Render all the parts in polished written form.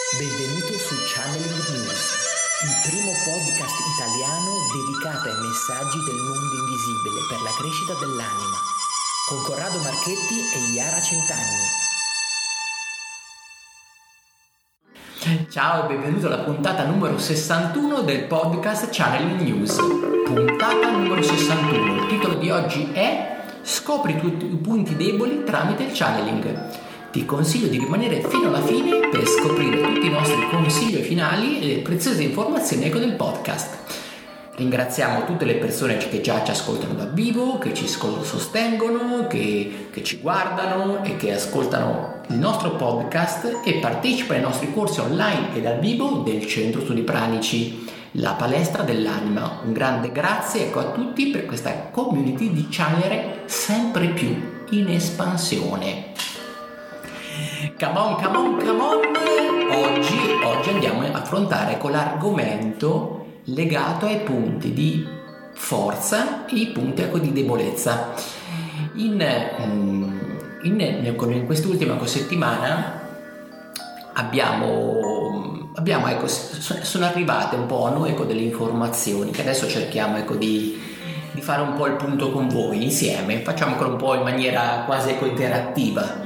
Benvenuto su Channeling News, il primo podcast italiano dedicato ai messaggi del mondo invisibile per la crescita dell'anima, con Corrado Marchetti e Iara Centanni. Ciao e benvenuto alla puntata numero 61 del podcast Channeling News. Puntata numero 61. Il titolo di oggi è Scopri i tuoi punti deboli tramite il channeling. Ti consiglio di rimanere fino alla fine per scoprire tutti i nostri consigli finali e le preziose informazioni del podcast. Ringraziamo tutte le persone che già ci ascoltano dal vivo, che ci sostengono, che ci guardano e che ascoltano il nostro podcast e partecipano ai nostri corsi online e dal vivo del Centro Studi Pranici, la palestra dell'anima. Un grande grazie a tutti per questa community di channelere sempre più in espansione. Come on! Oggi andiamo a affrontare con l'argomento legato ai punti di forza e i punti di debolezza. In quest'ultima settimana sono arrivate un po' a noi delle informazioni che adesso cerchiamo di fare un po' il punto con voi insieme, facciamo ancora un po' in maniera quasi interattiva,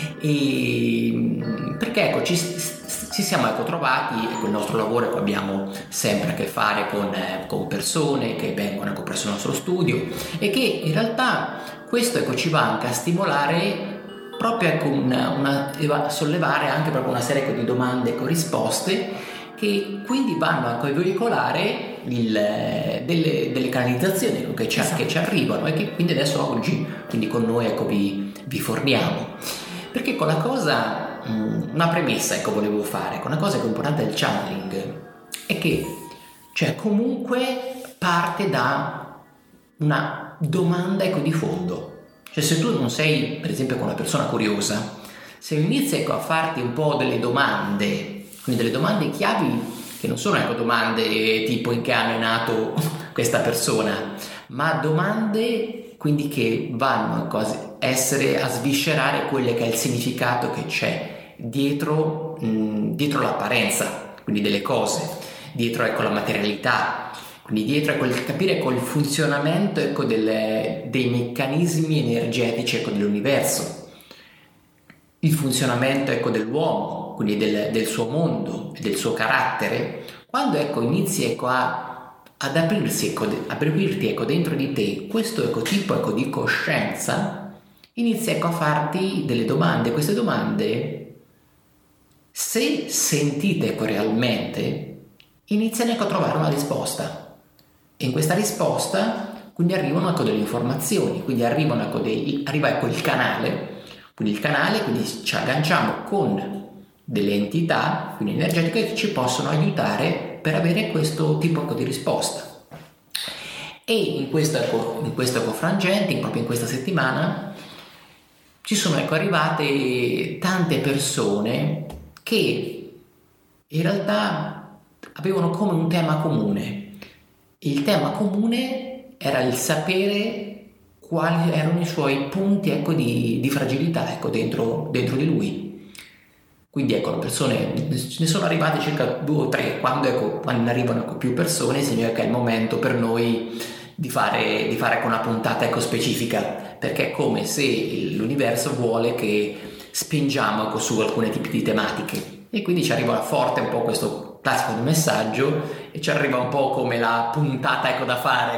perché ci siamo trovati il nostro lavoro abbiamo sempre a che fare con persone che vengono presso il nostro studio e che in realtà questo ci va anche a stimolare proprio a sollevare anche proprio una serie di domande e risposte che quindi vanno a veicolare delle canalizzazioni che ci arrivano e che quindi adesso oggi con noi vi forniamo, perché con la cosa una premessa volevo fare con una cosa che è importante del channeling è che comunque parte da una domanda di fondo. Se tu non sei per esempio una persona curiosa, se inizi a farti un po' delle domande, quindi delle domande chiavi che non sono domande tipo in che anno è nato questa persona, ma domande quindi che vanno a sviscerare quello che è il significato che c'è dietro l'apparenza, quindi delle cose, dietro la materialità, quindi dietro capire il funzionamento dei meccanismi energetici il funzionamento dell'uomo, quindi del suo mondo e del suo carattere. Quando inizi ad aprirti dentro di te questo tipo di coscienza, inizi a farti delle domande. Queste domande, se sentite realmente, iniziano a trovare una risposta. E in questa risposta quindi arrivano delle informazioni, quindi arriva il canale. Quindi ci agganciamo con delle entità quindi energetiche che ci possono aiutare per avere questo tipo di risposta. E in questo frangente, proprio in questa settimana, ci sono arrivate tante persone che in realtà avevano come un tema comune. Il tema comune era il sapere quali erano i suoi punti di fragilità dentro di lui. Quindi le persone ne sono arrivate circa 2 o 3. Quando arrivano più persone significa che è il momento per noi di fare con una puntata specifica, perché è come se l'universo vuole che spingiamo su alcune tipi di tematiche e quindi ci arriva forte un po' questo classico messaggio e ci arriva un po' come la puntata da fare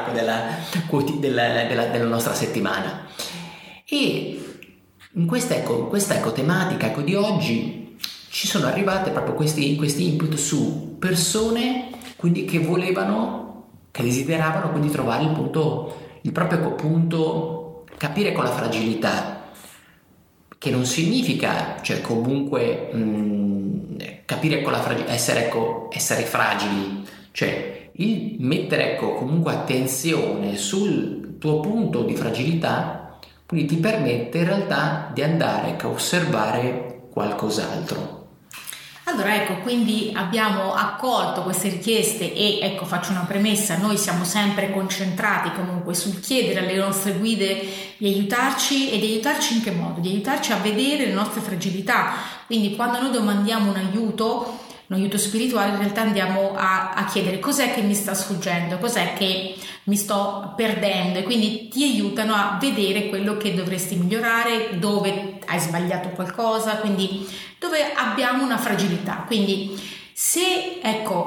della nostra settimana. E in questa tematica di oggi ci sono arrivate proprio questi input su persone quindi che desideravano quindi trovare il proprio punto, capire con la fragilità, che non significa comunque capire con la essere fragili, il mettere comunque attenzione sul tuo punto di fragilità, quindi ti permette in realtà di andare a osservare qualcos'altro. Allora quindi abbiamo accolto queste richieste e faccio una premessa: noi siamo sempre concentrati comunque sul chiedere alle nostre guide di aiutarci, e di aiutarci in che modo? Di aiutarci a vedere le nostre fragilità. Quindi quando noi domandiamo un aiuto un aiuto spirituale, in realtà andiamo a chiedere cos'è che mi sta sfuggendo, cos'è che mi sto perdendo, e quindi ti aiutano a vedere quello che dovresti migliorare, dove hai sbagliato qualcosa, quindi dove abbiamo una fragilità. Quindi se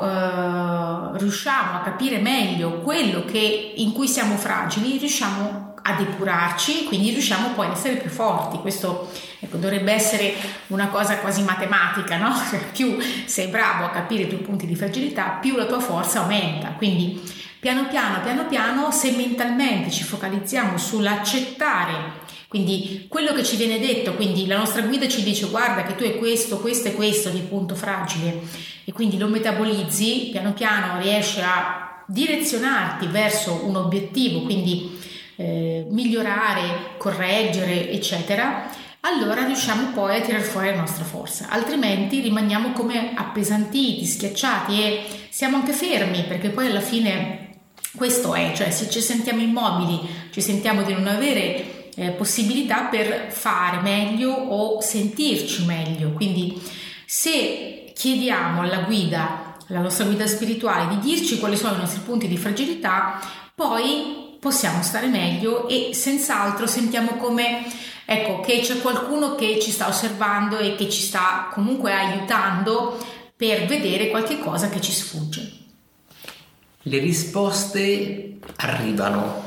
riusciamo a capire meglio quello in cui siamo fragili, riusciamo a depurarci, quindi riusciamo poi ad essere più forti. Questo dovrebbe essere una cosa quasi matematica, no? Più sei bravo a capire i tuoi punti di fragilità, più la tua forza aumenta. Quindi piano piano, se mentalmente ci focalizziamo sull'accettare, quindi quello che ci viene detto, quindi la nostra guida ci dice guarda che tu hai questo e questo di punto fragile, e quindi lo metabolizzi, piano piano riesci a direzionarti verso un obiettivo, quindi migliorare, correggere, eccetera, allora riusciamo poi a tirar fuori la nostra forza. Altrimenti rimaniamo come appesantiti, schiacciati, e siamo anche fermi, perché poi alla fine questo è, cioè se ci sentiamo immobili, ci sentiamo di non avere possibilità per fare meglio o sentirci meglio. Quindi se chiediamo alla nostra guida spirituale, di dirci quali sono i nostri punti di fragilità, poi possiamo stare meglio, e senz'altro sentiamo come che c'è qualcuno che ci sta osservando e che ci sta comunque aiutando per vedere qualche cosa che ci sfugge. Le risposte arrivano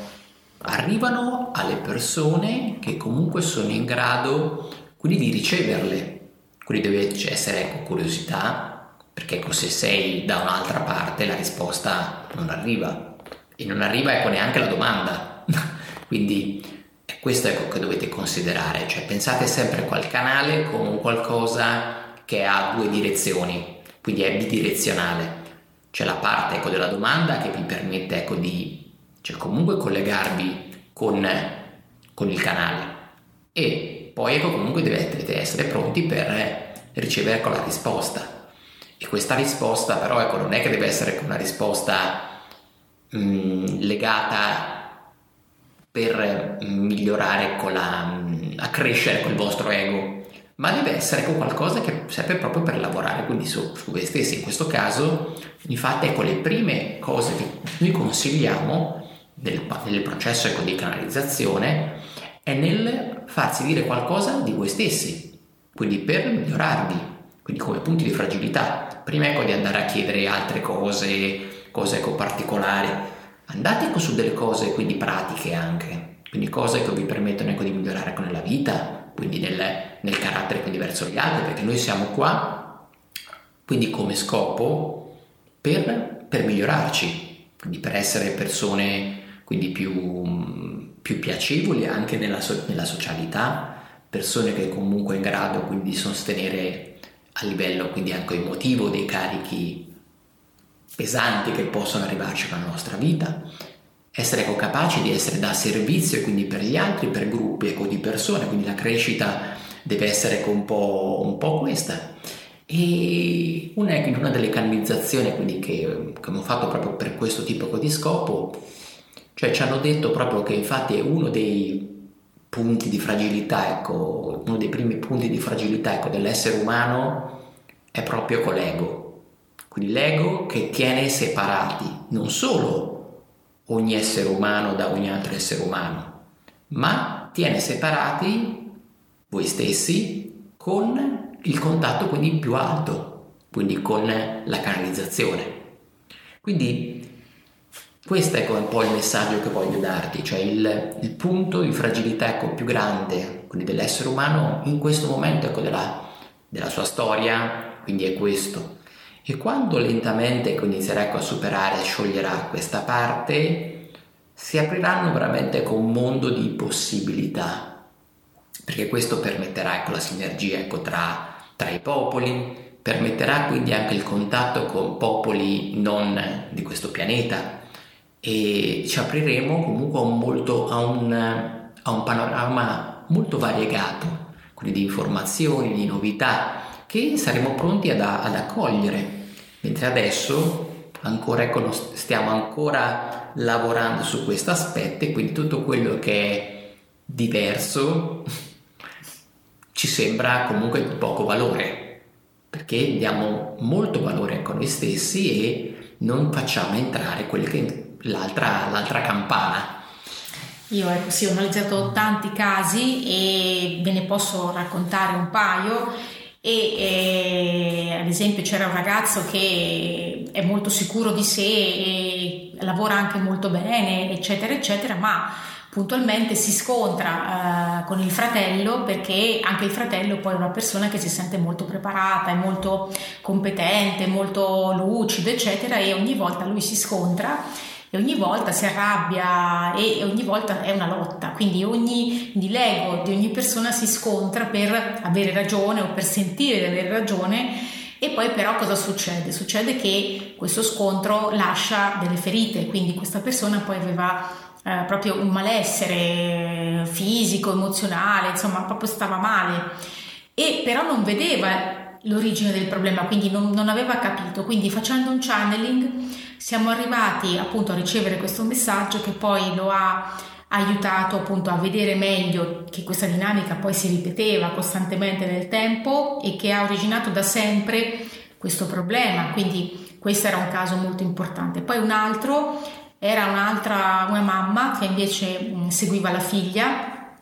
alle persone che comunque sono in grado quindi di riceverle. Quindi deve essere curiosità, perché se sei da un'altra parte la risposta non arriva. E non arriva neanche la domanda. Quindi è questo che dovete considerare, cioè pensate sempre al canale come un qualcosa che ha due direzioni, quindi è bidirezionale. C'è la parte della domanda che vi permette di comunque collegarvi con il canale, e poi comunque dovete essere pronti per ricevere la risposta. E questa risposta però non è che deve essere una risposta legata per migliorare a crescere col vostro ego, ma deve essere qualcosa che serve proprio per lavorare quindi su voi stessi. In questo caso infatti le prime cose che noi consigliamo nel processo di canalizzazione è nel farsi dire qualcosa di voi stessi, quindi per migliorarvi, quindi come punti di fragilità. Prima di andare a chiedere altre cose particolari, andate su delle cose quindi pratiche anche, quindi cose che vi permettono di migliorare nella vita, quindi nel carattere quindi verso gli altri, perché noi siamo qua quindi come scopo per migliorarci, quindi per essere persone quindi più piacevoli anche nella socialità, persone che comunque in grado quindi di sostenere a livello quindi anche emotivo dei carichi pesanti che possono arrivarci nella nostra vita, essere capaci di essere da servizio quindi per gli altri, per gruppi di persone, quindi la crescita deve essere un po' questa. E una delle canalizzazioni quindi che abbiamo fatto proprio per questo tipo di scopo, cioè ci hanno detto proprio che infatti è uno dei punti di fragilità, uno dei primi punti di fragilità dell'essere umano è proprio con l'ego. Quindi l'ego che tiene separati non solo ogni essere umano da ogni altro essere umano, ma tiene separati voi stessi con il contatto quindi più alto, quindi con la canalizzazione. Quindi questo è un po' il messaggio che voglio darti, cioè il punto di fragilità più grande quindi dell'essere umano in questo momento della sua storia, quindi è questo. E quando lentamente inizierai a superare, a scioglierà questa parte, si apriranno veramente un mondo di possibilità, perché questo permetterà la sinergia tra i popoli, permetterà quindi anche il contatto con popoli non di questo pianeta, e ci apriremo comunque a un panorama molto variegato, quindi di informazioni, di novità che saremo pronti ad accogliere, mentre adesso stiamo ancora lavorando su questo aspetto, e quindi tutto quello che è diverso ci sembra comunque di poco valore, perché diamo molto valore a noi stessi e non facciamo entrare l'altra campana. Io sì, ho analizzato tanti casi e ve ne posso raccontare un paio. Ad esempio c'era un ragazzo che è molto sicuro di sé e lavora anche molto bene, eccetera eccetera, ma puntualmente si scontra con il fratello, perché anche il fratello poi è una persona che si sente molto preparata, è molto competente, molto lucido, eccetera, e ogni volta lui si scontra e ogni volta si arrabbia e ogni volta è una lotta, quindi l'ego di ogni persona si scontra per avere ragione o per sentire di avere ragione. E poi però cosa succede? Succede che questo scontro lascia delle ferite, quindi questa persona poi aveva proprio un malessere fisico, emozionale, insomma proprio stava male, e però non vedeva l'origine del problema, quindi non aveva capito. Quindi facendo un channeling siamo arrivati appunto a ricevere questo messaggio che poi lo ha aiutato appunto a vedere meglio che questa dinamica poi si ripeteva costantemente nel tempo e che ha originato da sempre questo problema. Quindi questo era un caso molto importante. Poi un altro era una mamma che invece segue la figlia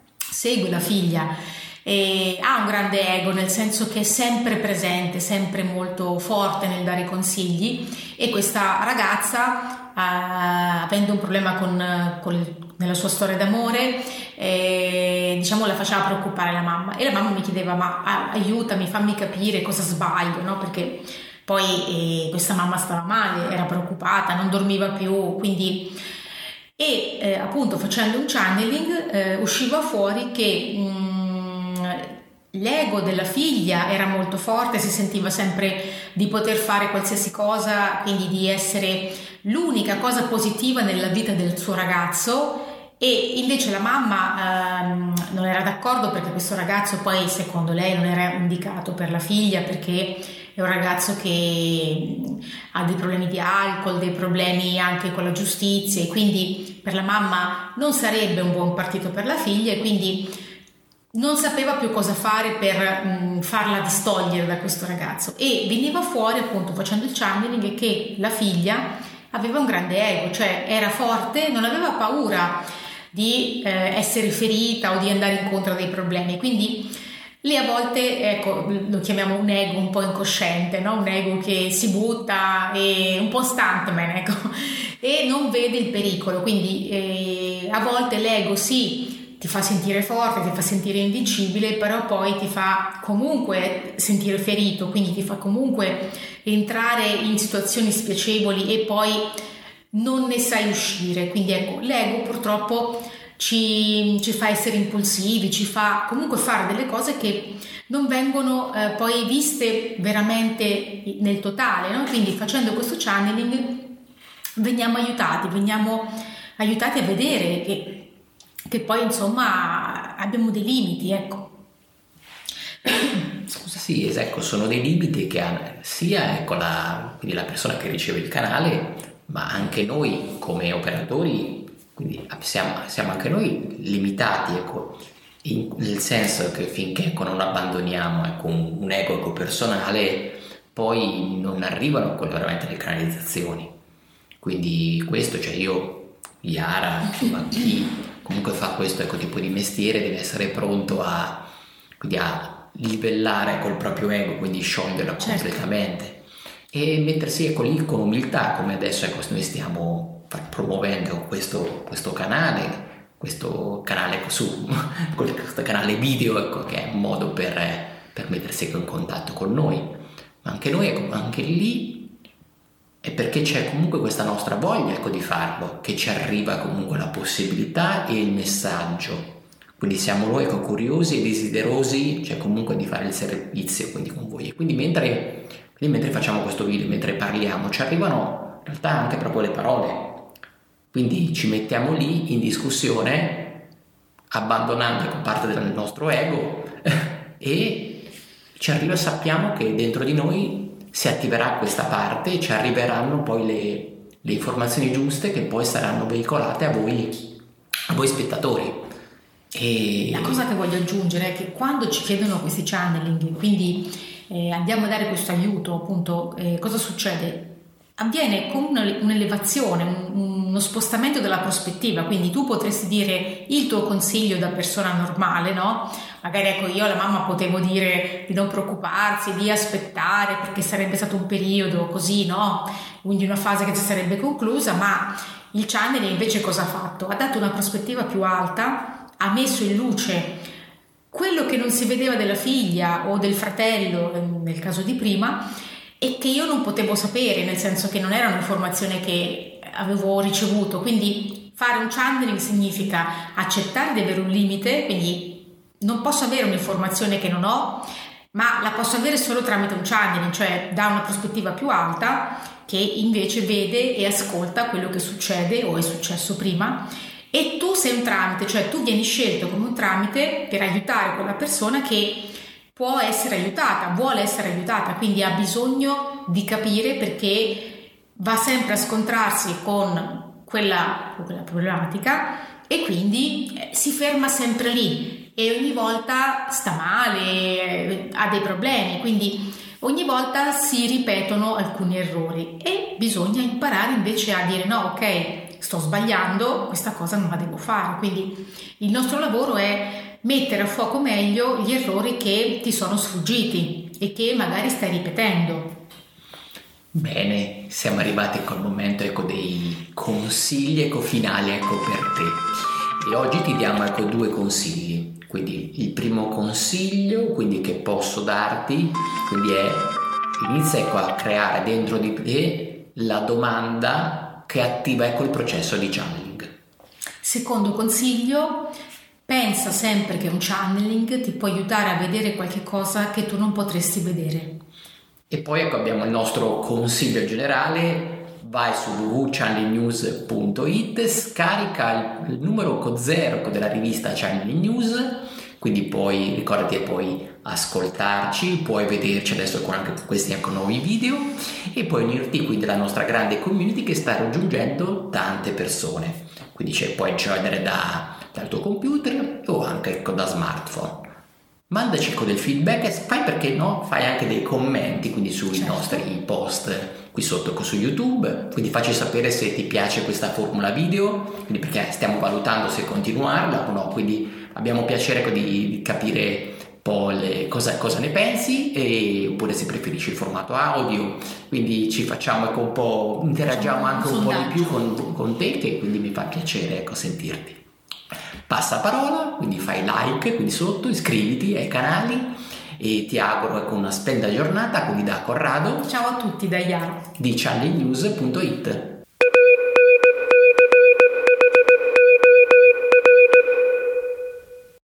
e ha un grande ego, nel senso che è sempre presente, sempre molto forte nel dare consigli, e questa ragazza, avendo un problema nella sua storia d'amore, diciamo la faceva preoccupare la mamma, e la mamma mi chiedeva: ma aiutami, fammi capire cosa sbaglio, no? Perché poi questa mamma stava male, era preoccupata, non dormiva più, quindi appunto facendo un channeling usciva fuori che l'ego della figlia era molto forte, si sentiva sempre di poter fare qualsiasi cosa, quindi di essere l'unica cosa positiva nella vita del suo ragazzo, e invece la mamma non era d'accordo, perché questo ragazzo poi secondo lei non era indicato per la figlia, perché è un ragazzo che ha dei problemi di alcol, dei problemi anche con la giustizia, e quindi per la mamma non sarebbe un buon partito per la figlia, e quindi non sapeva più cosa fare per farla distogliere da questo ragazzo. E veniva fuori appunto facendo il channeling che la figlia aveva un grande ego, cioè era forte, non aveva paura di essere ferita o di andare incontro a dei problemi, quindi lì a volte, ecco, lo chiamiamo un ego un po' incosciente, no? Un ego che si butta, e un po' stuntman, ecco, e non vede il pericolo. Quindi a volte l'ego sì ti fa sentire forte, ti fa sentire invincibile, però poi ti fa comunque sentire ferito, quindi ti fa comunque entrare in situazioni spiacevoli e poi non ne sai uscire. Quindi ecco, l'ego purtroppo ci fa essere impulsivi, ci fa comunque fare delle cose che non vengono poi viste veramente nel totale, no? Quindi facendo questo channeling veniamo aiutati a vedere che poi insomma abbiamo dei limiti, ecco. Scusa. Sì, esatto, sono dei limiti che ha sia quindi la persona che riceve il canale, ma anche noi come operatori, quindi siamo anche noi limitati, ecco, nel senso che finché non abbandoniamo un ego personale, poi non arrivano veramente le canalizzazioni. Quindi questo, cioè io, Yara, insomma, chi comunque fa questo tipo di mestiere deve essere pronto a livellare col proprio ego, quindi scioglierlo completamente, e mettersi lì con umiltà, come adesso noi stiamo promuovendo questo canale questo canale video, ecco, che è un modo per mettersi in contatto con noi, ma anche noi, ecco, anche lì è perché c'è comunque questa nostra voglia, ecco, di farlo, che ci arriva comunque la possibilità e il messaggio. Quindi siamo noi, ecco, curiosi e desiderosi, cioè comunque di fare il servizio, quindi con voi. E quindi mentre facciamo questo video, mentre parliamo, ci arrivano in realtà anche proprio le parole. Quindi ci mettiamo lì in discussione, abbandonando parte del nostro ego e ci arriva, sappiamo che dentro di noi si attiverà questa parte e ci arriveranno poi le informazioni giuste che poi saranno veicolate a voi spettatori. E la cosa che voglio aggiungere è che quando ci chiedono questi channeling, quindi andiamo a dare questo aiuto, appunto, cosa succede? Avviene con un'elevazione, uno spostamento della prospettiva, quindi tu potresti dire il tuo consiglio da persona normale, no? Magari ecco, io alla mamma potevo dire di non preoccuparsi, di aspettare perché sarebbe stato un periodo così, no? Quindi una fase che si sarebbe conclusa, ma il channel invece cosa ha fatto? Ha dato una prospettiva più alta, ha messo in luce quello che non si vedeva della figlia o del fratello, nel caso di prima, e che io non potevo sapere, nel senso che non era un'informazione che avevo ricevuto. Quindi fare un channeling significa accettare di avere un limite, quindi non posso avere un'informazione che non ho, ma la posso avere solo tramite un channeling, cioè da una prospettiva più alta che invece vede e ascolta quello che succede o è successo prima. E tu sei un tramite, cioè tu vieni scelto come un tramite per aiutare quella persona che può essere aiutata, vuole essere aiutata, quindi ha bisogno di capire perché va sempre a scontrarsi con quella problematica e quindi si ferma sempre lì e ogni volta sta male, ha dei problemi, quindi ogni volta si ripetono alcuni errori e bisogna imparare invece a dire no, ok, sto sbagliando, questa cosa non la devo fare. Quindi il nostro lavoro è mettere a fuoco meglio gli errori che ti sono sfuggiti e che magari stai ripetendo. Bene, siamo arrivati col momento dei consigli finali per te. E oggi ti diamo 2 consigli. Quindi il primo consiglio che posso darti è inizia a creare dentro di te la domanda che attiva il processo di channeling. Secondo consiglio, pensa sempre che un channeling ti può aiutare a vedere qualche cosa che tu non potresti vedere. E poi abbiamo il nostro consiglio generale. Vai su www.channelingnews.it, scarica il numero 0 della rivista Channeling News, quindi poi ricordati e puoi ascoltarci, puoi vederci adesso con anche questi nuovi video e puoi unirti qui della nostra grande community che sta raggiungendo tante persone. Quindi puoi joinere dal tuo computer o anche da smartphone. Mandaci del feedback e fai anche dei commenti quindi sui nostri post qui sotto su YouTube, quindi facci sapere se ti piace questa formula video, quindi perché stiamo valutando se continuarla o no, quindi abbiamo piacere di capire un po' cosa ne pensi, oppure se preferisci il formato audio, quindi ci facciamo un po', interagiamo anche un po' di più con te, che quindi mi fa piacere sentirti. Passa parola, quindi fai like quindi sotto, iscriviti ai canali e ti auguro una splendida giornata, quindi da Corrado. Ciao a tutti da Iara di channelingnews.it.